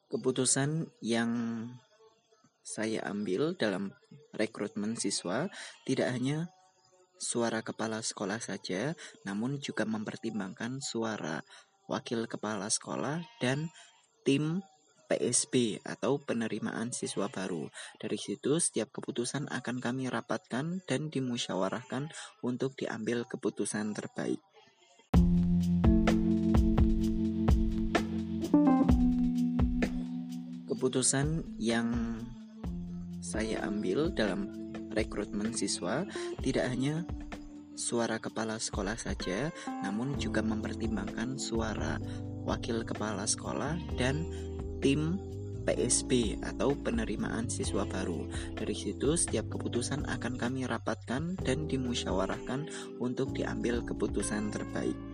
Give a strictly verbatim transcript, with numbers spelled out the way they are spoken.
Keputusan yang saya ambil dalam rekrutmen siswa tidak hanya suara kepala sekolah saja, namun juga mempertimbangkan suara wakil kepala sekolah dan tim P S B atau penerimaan siswa baru. Dari situ setiap keputusan akan kami rapatkan dan dimusyawarahkan untuk diambil keputusan terbaik. Keputusan yang saya ambil dalam rekrutmen siswa tidak hanya suara kepala sekolah saja, namun juga mempertimbangkan suara wakil kepala sekolah dan tim P S B atau penerimaan siswa baru. Dari situ setiap keputusan akan kami rapatkan dan dimusyawarahkan untuk diambil keputusan terbaik.